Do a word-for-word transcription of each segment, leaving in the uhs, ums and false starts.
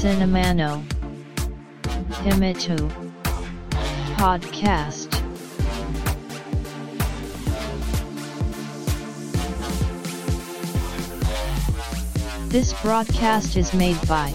Cinemano Himitu Podcast This broadcast is made by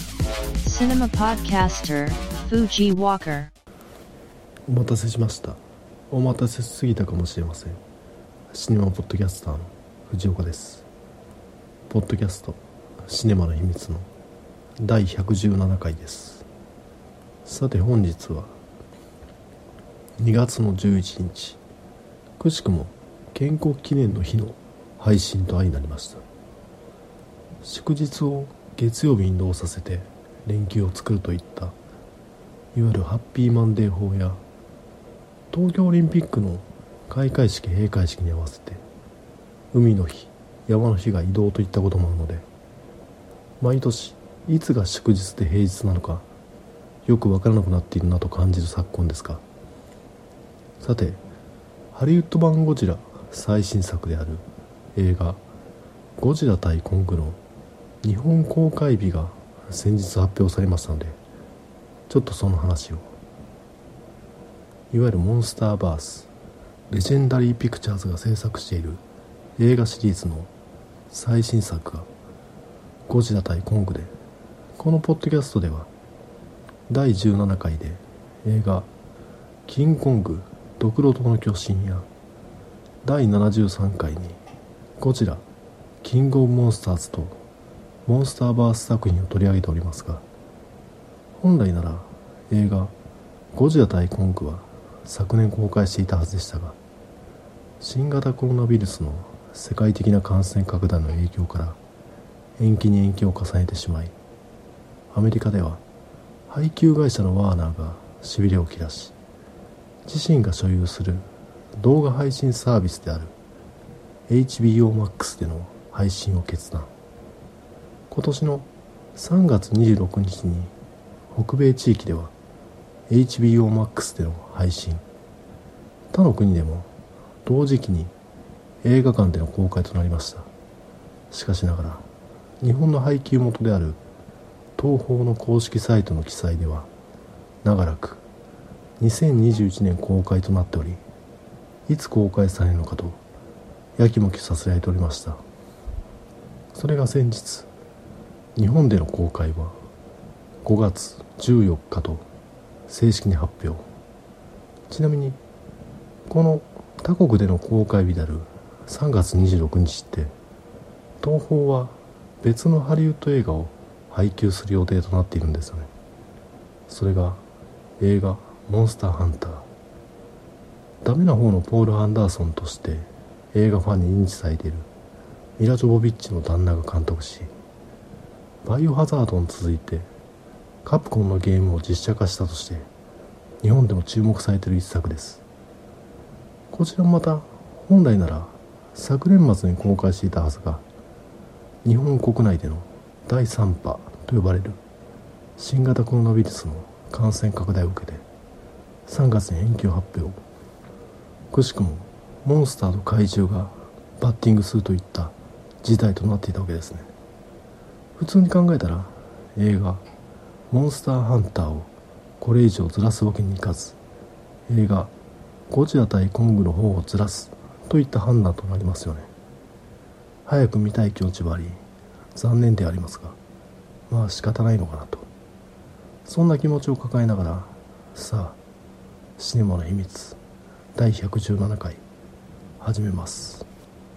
Cinema Podcaster Fuji Walker お待たせしました。お待たせしすぎたかもしれません。シネマポッドキャスターの藤岡です。ポッドキャストシネマの秘密のだいひゃくじゅうななかいです。さて本日はにがつのじゅういちにち、くしくも建国記念の日の配信と相なりました。祝日を月曜日に移動させて連休を作るといったいわゆるハッピーマンデー法や東京オリンピックの開会式閉会式に合わせて海の日山の日が移動といったこともあるので、毎年いつが祝日で平日なのかよく分からなくなっているなと感じる昨今ですが、さてハリウッド版ゴジラ最新作である映画ゴジラ対コングの日本公開日が先日発表されましたので、ちょっとその話を。いわゆるモンスターバースレジェンダリーピクチャーズが制作している映画シリーズの最新作がゴジラ対コングで、このポッドキャストではだいじゅうななかいで映画キングコングドクロとの巨神やだいななじゅうさんかいにゴジラキングオブモンスターズとモンスターバース作品を取り上げておりますが、本来なら映画ゴジラ対コングは昨年公開していたはずでしたが、新型コロナウイルスの世界的な感染拡大の影響から延期に延期を重ねてしまい、アメリカでは配給会社のワーナーがしびれを切らし、自身が所有する動画配信サービスである エイチビーオーマックス での配信を決断。今年のさんがつにじゅうろくにちに北米地域では エイチビーオーマックス での配信、他の国でも同時期に映画館での公開となりました。しかしながら日本の配給元である東宝の公式サイトの記載では長らくにせんにじゅういちねん公開となっており、いつ公開されるのかとやきもきさせられておりました。それが先日日本での公開はごがつじゅうよっかと正式に発表。ちなみにこの他国での公開日であるさんがつにじゅうろくにちって東宝は別のハリウッド映画を配給する予定となっているんですよね。それが映画モンスターハンター。ダメな方のポール・アンダーソンとして映画ファンに認知されているミラ・ジョボビッチの旦那が監督し、バイオハザードに続いてカプコンのゲームを実写化したとして日本でも注目されている一作です。こちらもまた本来なら昨年末に公開していたはずが、日本国内でのだいさん波と呼ばれる新型コロナウイルスの感染拡大を受けてさんがつに延期を発表。くしくもモンスターと怪獣がバッティングするといった事態となっていたわけですね。普通に考えたら映画モンスターハンターをこれ以上ずらすわけにいかず、映画ゴジラ対コングの方をずらすといった判断となりますよね。早く見たい気持ちはあり残念でありますが、まあ仕方ないのかなと、そんな気持ちを抱えながら、さあシネマの秘密だいひゃくじゅうななかい始めます。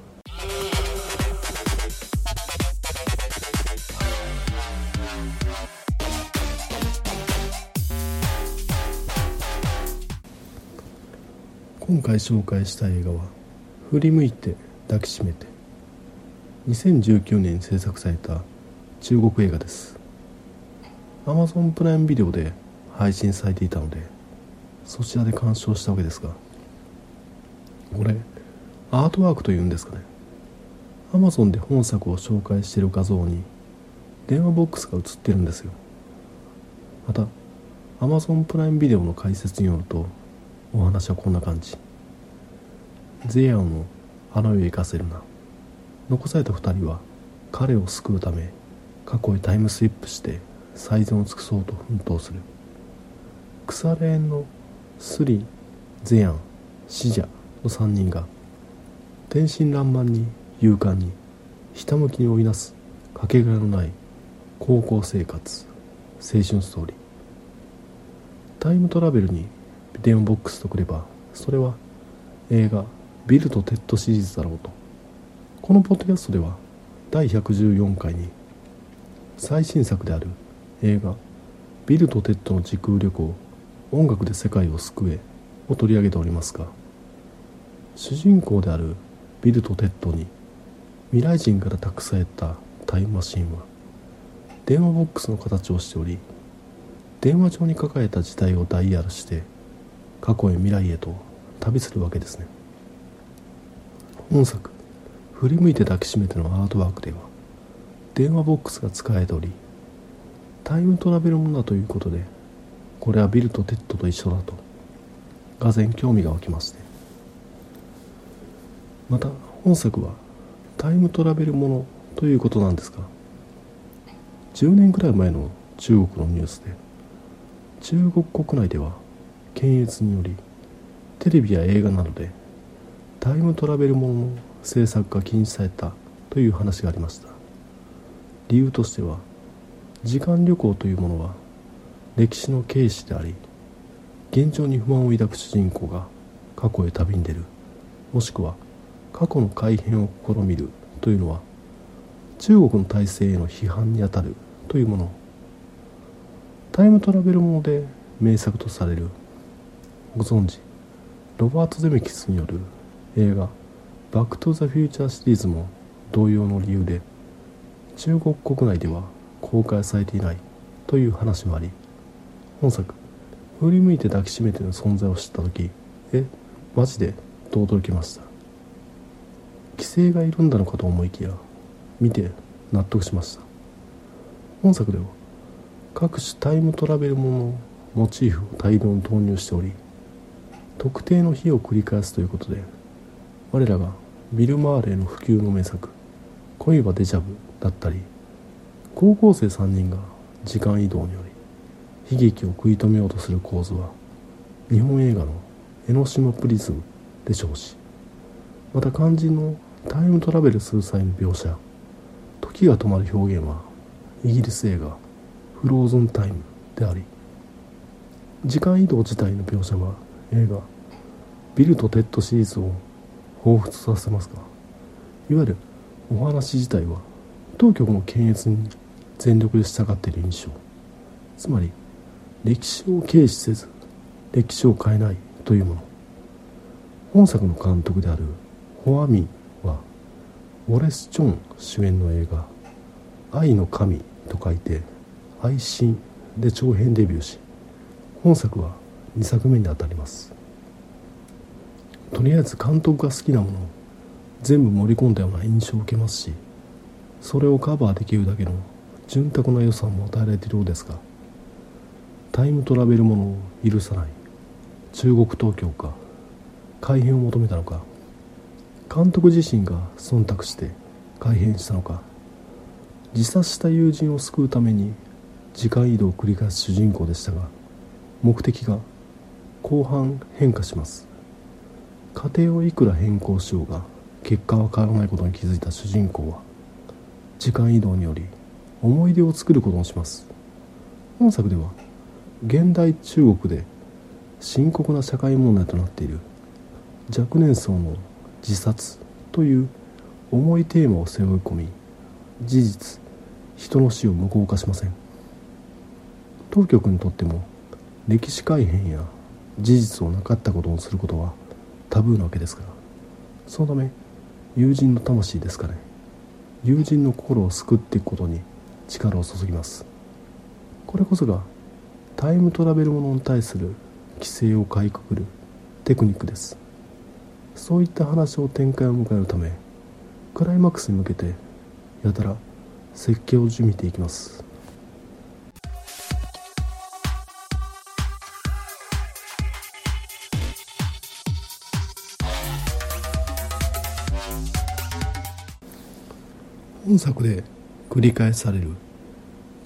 今回紹介した映画は振り向いて抱きしめて、にせんじゅうきゅうねんに制作された中国映画です。 Amazon プライムビデオで配信されていたのでそちらで鑑賞したわけですが、これアートワークというんですかね、 Amazon で本作を紹介している画像に電話ボックスが映ってるんですよ。また Amazon プライムビデオの解説によるとお話はこんな感じ。ゼアンをあの世へ行かせるな。残された二人は彼を救うため過去へタイムスリップして最善を尽くそうと奮闘する。腐れ縁のスリ、ゼヤン、シジャのさんにんが天真爛漫に勇敢にひたむきに追いなすかけがえのない高校生活、青春ストーリー。タイムトラベルにビデオボックスとくれば、それは映画ビルとテッドシリーズだろうと。このポッドキャストではだいひゃくじゅうよんかいに最新作である映画ビルとテッドの時空旅行、音楽で世界を救えを取り上げておりますが、主人公であるビルとテッドに未来人から託されたタイムマシンは電話ボックスの形をしており、電話帳に書かれた時代をダイヤルして過去へ未来へと旅するわけですね。本作振り向いて抱きしめてのアートワークでは電話ボックスが使われており、タイムトラベルものだということで、これはビルとテッドと一緒だとがぜん興味が湧きまして、また本作はタイムトラベルものということなんですが、じゅうねんくらい前の中国のニュースで、中国国内では検閲によりテレビや映画などでタイムトラベルものの制作が禁止されたという話がありました。理由としては、時間旅行というものは歴史の軽視であり、現状に不満を抱く主人公が過去へ旅に出る、もしくは過去の改変を試みるというのは中国の体制への批判にあたるというもの。タイムトラベルもので名作とされる、ご存知ロバート・ゼメキスによる映画バック・トゥ・ザ・フューチャーシリーズも同様の理由で中国国内では公開されていないという話もあり、本作振り向いて抱きしめての存在を知ったとき、えマジでと驚きました。規制が緩んだのかと思いきや、見て納得しました。本作では各種タイムトラベルもののモチーフを大量に投入しており、特定の日を繰り返すということで、我らがビル・マーレーの不朽の名作恋はデジャブだったり、高校生さんにんが時間移動により悲劇を食い止めようとする構図は日本映画の江ノ島プリズムでしょうし、また肝心のタイムトラベルする際の描写、時が止まる表現はイギリス映画フローズンタイムであり、時間移動自体の描写は映画ビルとテッドシリーズを彷彿とさせますが、いわゆるお話自体は当局の検閲に全力で従っている印象。つまり歴史を軽視せず歴史を変えないというもの。本作の監督であるホアミンはウォレス・チョン主演の映画愛の神と書いて愛神で長編デビューし、本作はにさくめにあたります。とりあえず監督が好きなものを全部盛り込んだような印象を受けますし、それをカバーできるだけの潤沢な予算も与えられているようですが、タイムトラベルものを許さない中国当局か改変を求めたのか、監督自身が忖度して改変したのか、自殺した友人を救うために時間移動を繰り返す主人公でしたが、目的が後半変化します。家庭をいくら変更しようが結果は変わらないことに気づいた主人公は時間移動により思い出を作ることにします。本作では現代中国で深刻な社会問題となっている若年層の自殺という重いテーマを背負い込み、事実人の死を無効化しません。当局にとっても歴史改変や事実をなかったことをすることはタブーなわけですから、そのため友人の魂ですかね、友人の心を救っていくことに力を注ぎます。これこそがタイムトラベルものに対する規制をかいくぐるテクニックです。そういった話を展開を迎えるため、クライマックスに向けてやたら設計を準備ていきます。本作で繰り返される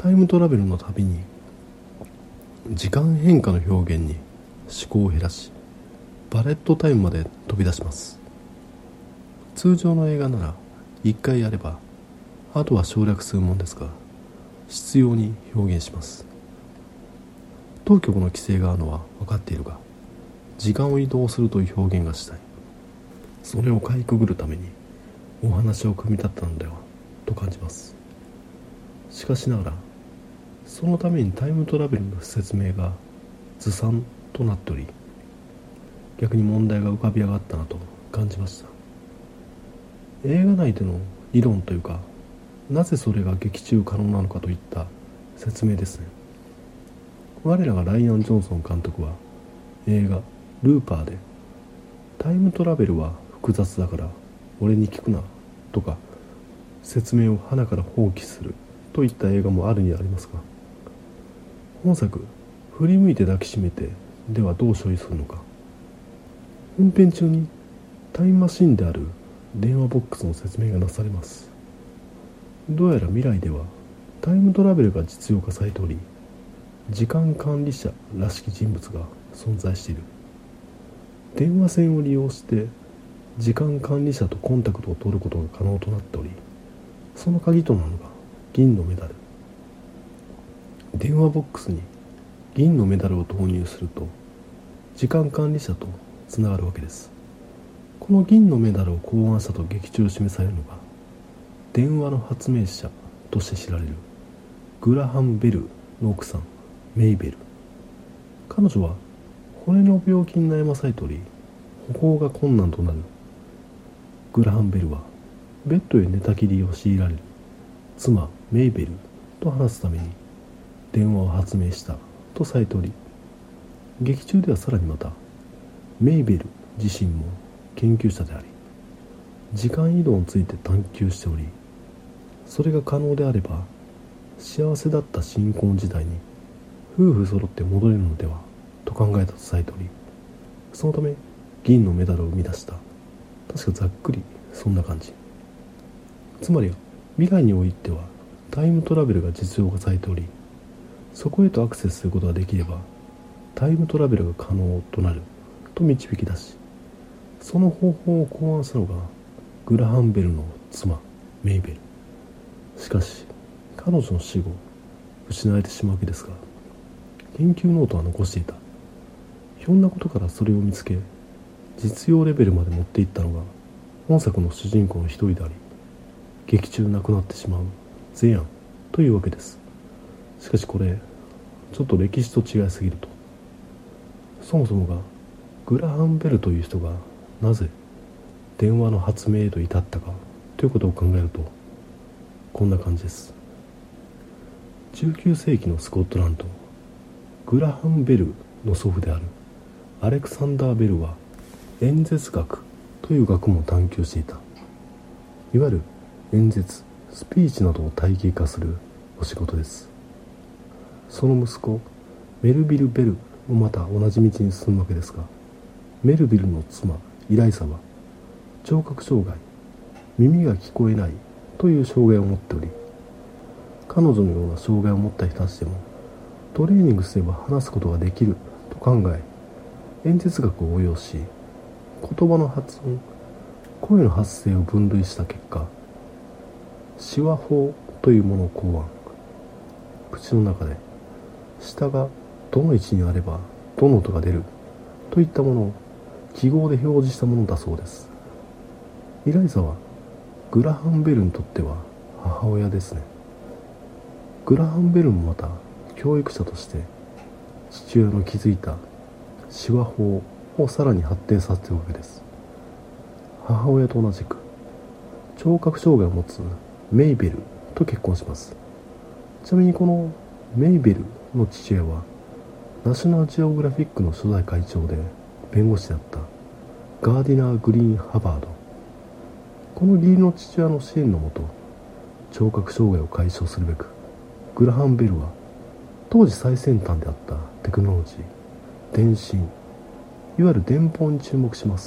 タイムトラベルの旅に時間変化の表現に思考を減らし、バレットタイムまで飛び出します。通常の映画ならいっかいやればあとは省略するもんですが、必要に表現します。当局の規制があるのは分かっているが、時間を移動するという表現がしたい。それをかいくぐるためにお話を組み立てたのではと感じます。しかしながら、そのためにタイムトラベルの説明がずさんとなっており、逆に問題が浮かび上がったなと感じました。映画内での理論というか、なぜそれが劇中可能なのかといった説明ですね。我らがライアン・ジョンソン監督は映画ルーパーで、タイムトラベルは複雑だから俺に聞くなとか、説明を鼻から放棄するといった映画もあるにありますが、本作振り向いて抱きしめてではどう処理するのか。運転中にタイムマシンである電話ボックスの説明がなされます。どうやら未来ではタイムトラベルが実用化されており、時間管理者らしき人物が存在している。電話線を利用して時間管理者とコンタクトを取ることが可能となっており、その鍵となるのが銀のメダル。電話ボックスに銀のメダルを投入すると時間管理者とつながるわけです。この銀のメダルを考案したと劇中示されるのが、電話の発明者として知られるグラハム・ベルの奥さんメイベル。彼女は骨の病気に悩まされており、歩行が困難となるグラハム・ベルはベッドへ寝たきりを強いられる妻メイベルと話すために電話を発明したとされており、劇中ではさらにまたメイベル自身も研究者であり、時間移動について探求しており、それが可能であれば幸せだった新婚時代に夫婦揃って戻れるのではと考えたとされており、そのため銀のメダルを生み出した。確かざっくりそんな感じ。つまり未来においてはタイムトラベルが実用化されており、そこへとアクセスすることができればタイムトラベルが可能となると導き出し、その方法を考案したのがグラハム・ベルの妻メイベル。しかし彼女の死後失われてしまうわけですが、研究ノートは残していた。ひょんなことからそれを見つけ、実用レベルまで持っていったのが本作の主人公の一人であり、劇中亡くなってしまうゼヤンというわけです。しかしこれちょっと歴史と違いすぎると。そもそもがグラハム・ベルという人がなぜ電話の発明へと至ったかということを考えると、こんな感じです。じゅうきゅう世紀のスコットランド、グラハム・ベルの祖父であるアレクサンダー・ベルは演説学という学問を探求していた。いわゆる演説、スピーチなどを体系化するお仕事です。その息子メルビル・ベルもまた同じ道に進むわけですが、メルビルの妻イライサは聴覚障害、耳が聞こえないという障害を持っており、彼女のような障害を持った人たちでもトレーニングすれば話すことができると考え、演説学を応用し、言葉の発音、声の発声を分類した結果、手話法というものを考案。口の中で舌がどの位置にあればどの音が出るといったものを記号で表示したものだそうです。イライザはグラハム・ベルにとっては母親ですね。グラハム・ベルもまた教育者として父親の築いた手話法をさらに発展させているわけです。母親と同じく聴覚障害を持つメイベルと結婚します。ちなみにこのメイベルの父親はナショナルジオグラフィックの初代会長で弁護士であったガーディナー・グリーン・ハバード。この義理の父親の支援のもと、聴覚障害を解消するべくグラハム・ベルは当時最先端であったテクノロジー、電信、いわゆる電報に注目します。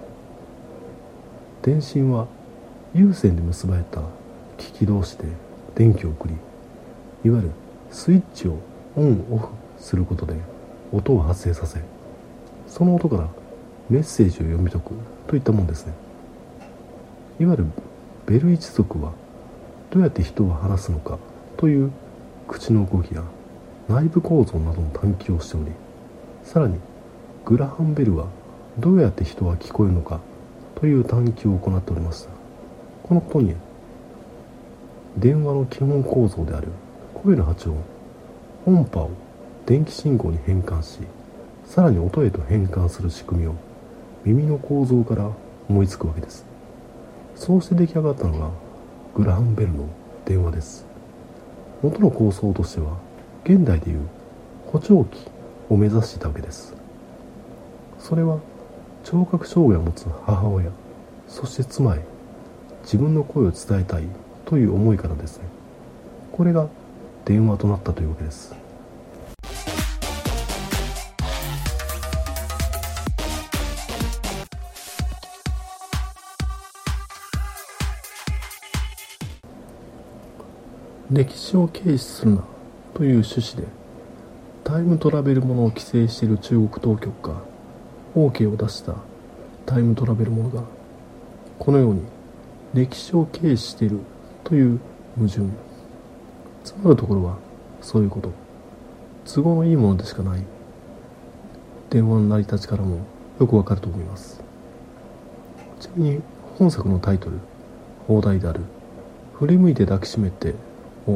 電信は有線で結ばれた機器同士で電気を送り、 いわゆるスイッチをオンオフすることで音を発生させ、その音からメッセージを読み解くといったものですね。いわゆるベル一族はどうやって人を話すのかという口の動きや内部構造などの探求をしており、さらにグラハンベルはどうやって人は聞こえるのかという探求を行っておりました。このことに電話の基本構造である声の波長、音波を電気信号に変換し、さらに音へと変換する仕組みを耳の構造から思いつくわけです。そうして出来上がったのがグラハンベルの電話です。元の構想としては現代でいう補聴器を目指していたわけです。それは聴覚障害を持つ母親、そして妻へ自分の声を伝えたいという思いからですね、これが電話となったというわけです。歴史を軽視するなという趣旨でタイムトラベルものを規制している中国当局が オーケー を出したタイムトラベルものがこのように歴史を軽視しているという矛盾、つまるところはそういうこと、都合のいいものでしかない電話の成り立ちからもよくわかると思います。ちなみに本作のタイトル、放題である振り向いて抱きしめてを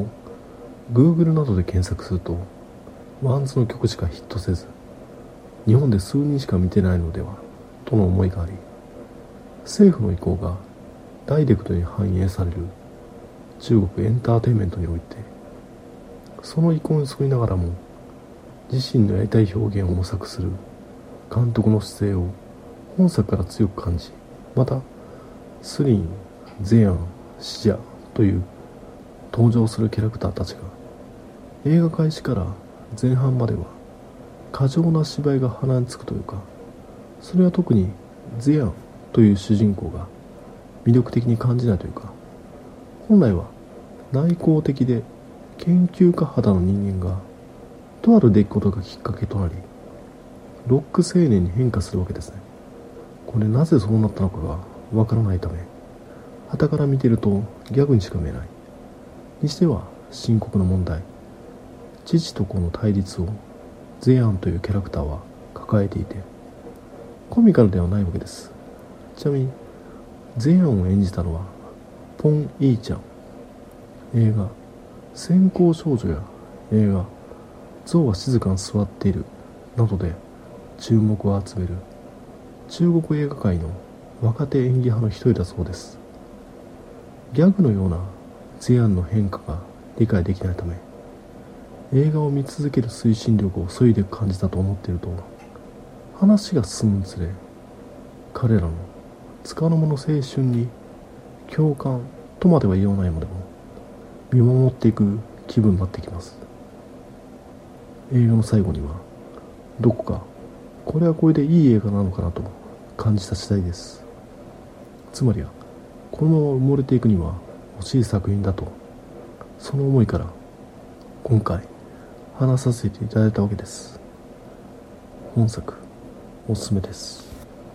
Google などで検索するとワンズの曲しかヒットせず、日本で数人しか見てないのではとの思いがあり、政府の意向がダイレクトに反映される中国エンターテインメントにおいて、その意向に沿いながらも自身のやりたい表現を模索する監督の姿勢を本作から強く感じ、またスリン、ゼアン、シジャという登場するキャラクターたちが映画開始から前半までは過剰な芝居が鼻につくというか、それは特にゼアンという主人公が魅力的に感じないというか、本来は内向的で研究家肌の人間がとある出来事がきっかけとなりロック青年に変化するわけですね。これなぜそうなったのかがわからないため、傍から見てるとギャグにしか見えないにしては深刻な問題、父と子の対立をゼアンというキャラクターは抱えていて、コミカルではないわけです。ちなみにゼアンを演じたのはポン・イーちゃん。映画先行少女や映画象は静かに座っているなどで注目を集める中国映画界の若手演技派の一人だそうです。ギャグのようなゼアンの変化が理解できないため、映画を見続ける推進力をそいで感じたと思っていると、話が進むにつれ彼らの束の間の青春に共感とまでは言わないまでも見守っていく気分になってきます。映画の最後にはどこかこれはこれでいい映画なのかなと感じた次第です。つまりはこのまま埋もれていくには欲しい作品だと、その思いから今回話させていただいたわけです。本作おすすめです。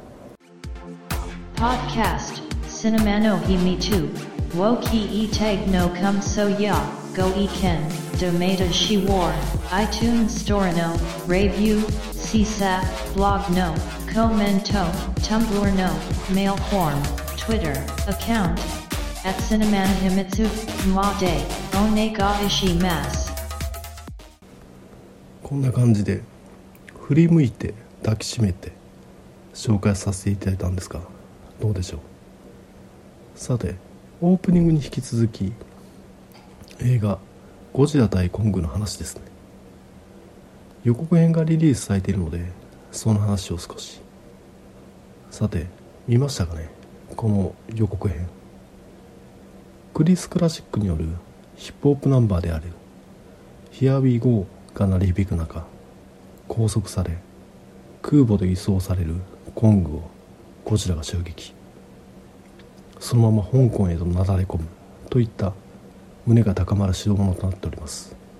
Podcast Cinema no Himi two Wo Ki E Tag no Come So Ya Go E Ken Domata She War iTunes Store no Review C S A P Blog no Commento Tumblr no Mail Form Twitter Account at Cinemana Himitsu Made Onega Ishimasu。 こんな感じで振り向いて抱きしめて紹介させていただいたんですが、どうでしょう。さてオープニングに引き続き映画ゴジラ対コングの話ですね。予告編がリリースされているのでその話を少し。さて見ましたかね、この予告編。クリス・クラシックによるヒップホップナンバーである Here We Go が鳴り響く中、拘束され空母で移送されるコングをゴジラが襲撃、そのまま香港へとなだれ込むといった胸が高まる代物となっております。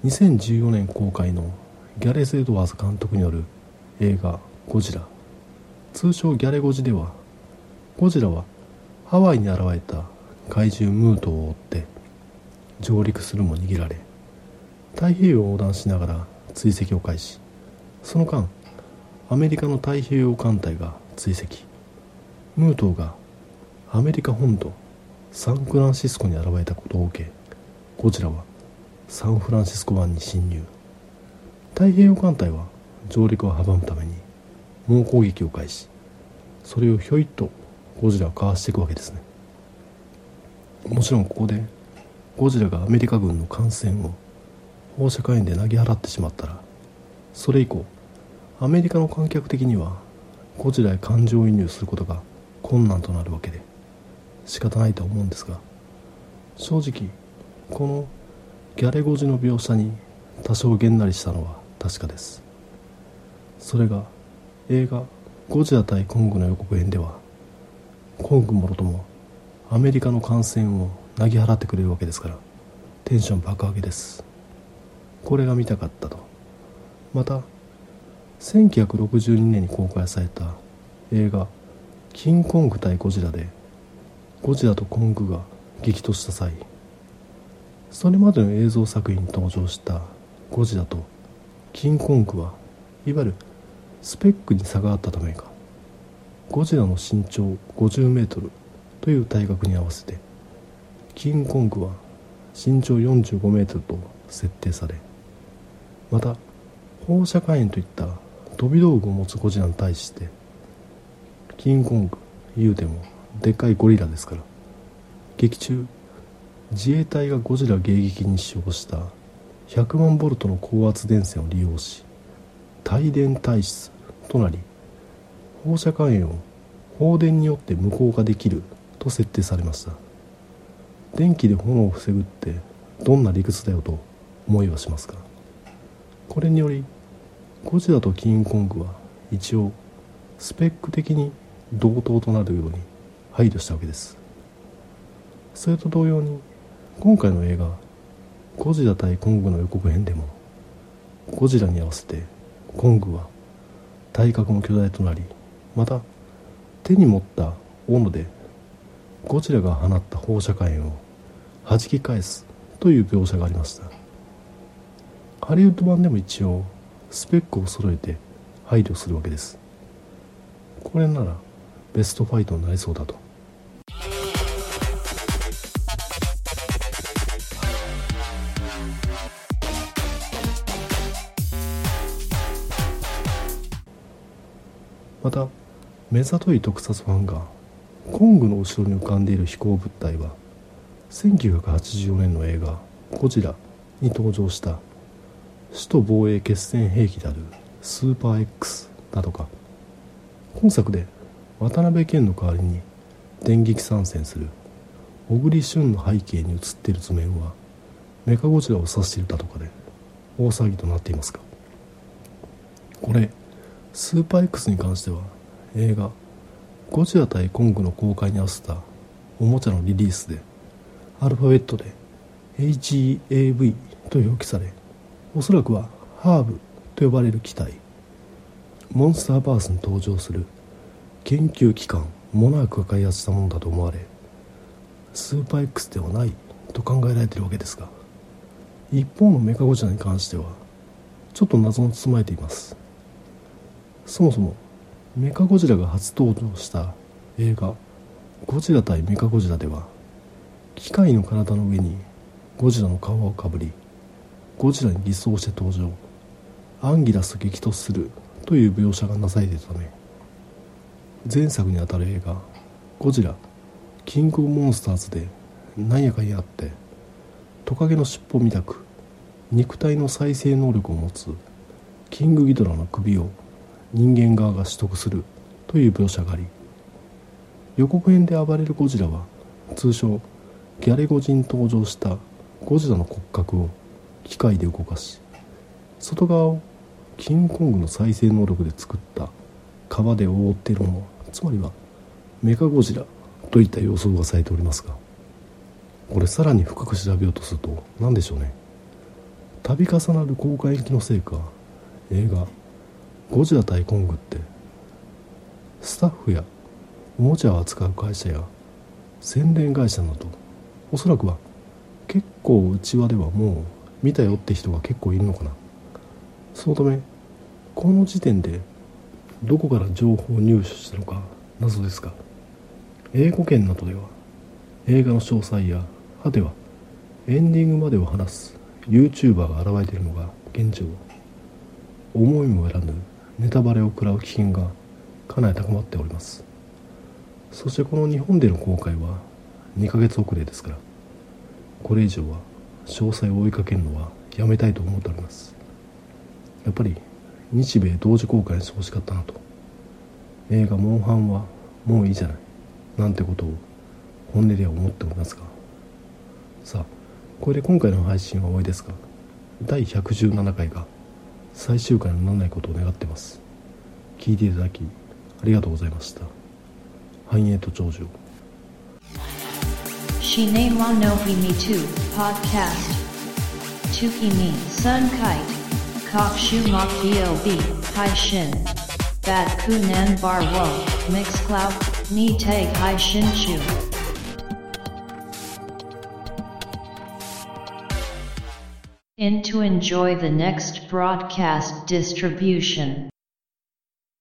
にせんじゅうよねん公開のギャレス・エドワーズ監督による映画ゴジラ、通称ギャレゴジでは、ゴジラはハワイに現れた怪獣ムートを追って上陸するも逃げられ、太平洋を横断しながら追跡を開始。その間アメリカの太平洋艦隊が追跡。ムートがアメリカ本土サンフランシスコに現れたことを受け、ゴジラはサンフランシスコ湾に侵入。太平洋艦隊は上陸を阻むために猛攻撃を開始。それをひょいっとゴジラをかわしていくわけですね。もちろんここでゴジラがアメリカ軍の艦船を放射火炎で投げ払ってしまったら、それ以降アメリカの観客的にはゴジラへ感情移入することが困難となるわけで仕方ないと思うんですが、正直このギャレゴジの描写に多少げんなりしたのは確かです。それが映画ゴジラ対コングの予告編では、コングもろともアメリカの艦船を投げ払ってくれるわけですから、テンション爆上げです。これが見たかったと。またせんきゅうひゃくろくじゅうにねんに公開された映画キングコング対ゴジラで、ゴジラとコングが激突した際、それまでの映像作品に登場したゴジラとキングコングはいわゆるスペックに差があったためか、ゴジラの身長ごじゅうメートルという体格に合わせてキングコングは身長よんじゅうごメートルと設定され、また放射火炎といった飛び道具を持つゴジラに対して、キングコング言うてもでっかいゴリラですから、劇中自衛隊がゴジラ迎撃に使用したひゃくまんボルトの高圧電線を利用し帯電体質となり、放射火炎を放電によって無効化できると設定されました。電気で炎を防ぐってどんな理屈だよと思いはしますが、これによりゴジラとキングコングは一応スペック的に同等となるように配慮したわけです。それと同様に今回の映画ゴジラ対コングの予告編でも、ゴジラに合わせてコングは体格も巨大となり、また手に持った斧でゴジラが放った放射火炎を弾き返すという描写がありました。ハリウッド版でも一応スペックを揃えて配慮するわけです。これならベストファイトになりそうだと。また目ざとい特撮ファンがコングの後ろに浮かんでいる飛行物体はせんきゅうひゃくはちじゅうよねんの映画ゴジラに登場した首都防衛決戦兵器であるスーパー X だとか、本作で渡辺謙の代わりに電撃参戦する小栗旬の背景に写っている図面はメカゴジラを指しているだとかで大騒ぎとなっていますが、これスーパー X に関しては映画ゴジラ対コングの公開に合わせたおもちゃのリリースでアルファベットで エイチイーエーブイ と表記され、おそらくはハーブと呼ばれる機体、モンスターバースに登場する研究機関モナークが開発したものだと思われ、スーパー X ではないと考えられているわけですが、一方のメカゴジラに関してはちょっと謎に包まれています。そもそもメカゴジラが初登場した映画ゴジラ対メカゴジラでは、機械の体の上にゴジラの皮をかぶり、ゴジラに偽装して登場、アンギラスと激突するという描写がなされていたため、前作にあたる映画ゴジラキングオブモンスターズでなんやかんやあってトカゲの尻尾みたく肉体の再生能力を持つキングギドラの首を人間側が取得するという描写があり、予告編で暴れるゴジラは通称ギャレゴジに登場したゴジラの骨格を機械で動かし、外側をキングコングの再生能力で作った皮で覆っているもの、つまりはメカゴジラといった予想がされておりますが、これさらに深く調べようとすると何でしょうね、 度重なる公開延期のせいか、映画ゴジラ対コングってスタッフやおもちゃを扱う会社や宣伝会社など、おそらくは結構内輪ではもう見たよって人が結構いるのかな。そのためこの時点でどこから情報を入手したのか謎ですが、英語圏などでは映画の詳細や果てはエンディングまでを話す YouTuber が現れているのが現状。思いもよらぬネタバレを食らう危険がかなり高まっております。そしてこの日本での公開はにかげつ遅れですから、これ以上は詳細を追いかけるのはやめたいと思っております。やっぱり日米同時公開にしてほしかったなと。映画モンハンはもういいじゃないなんてことを本音では思っておりますが、さあこれで今回の配信は終わりですが、だいひゃくじゅうななかいが最終回にならないことを願っています。聞いていただきありがとうございました。繁栄と長寿。 Shine wa no himi tu podcast Tukimi sun kite Kokshu mok bob hai shin Bat kunan bar wo Mixcloud ni tag hai shin chu. In to enjoy the next broadcast distribution.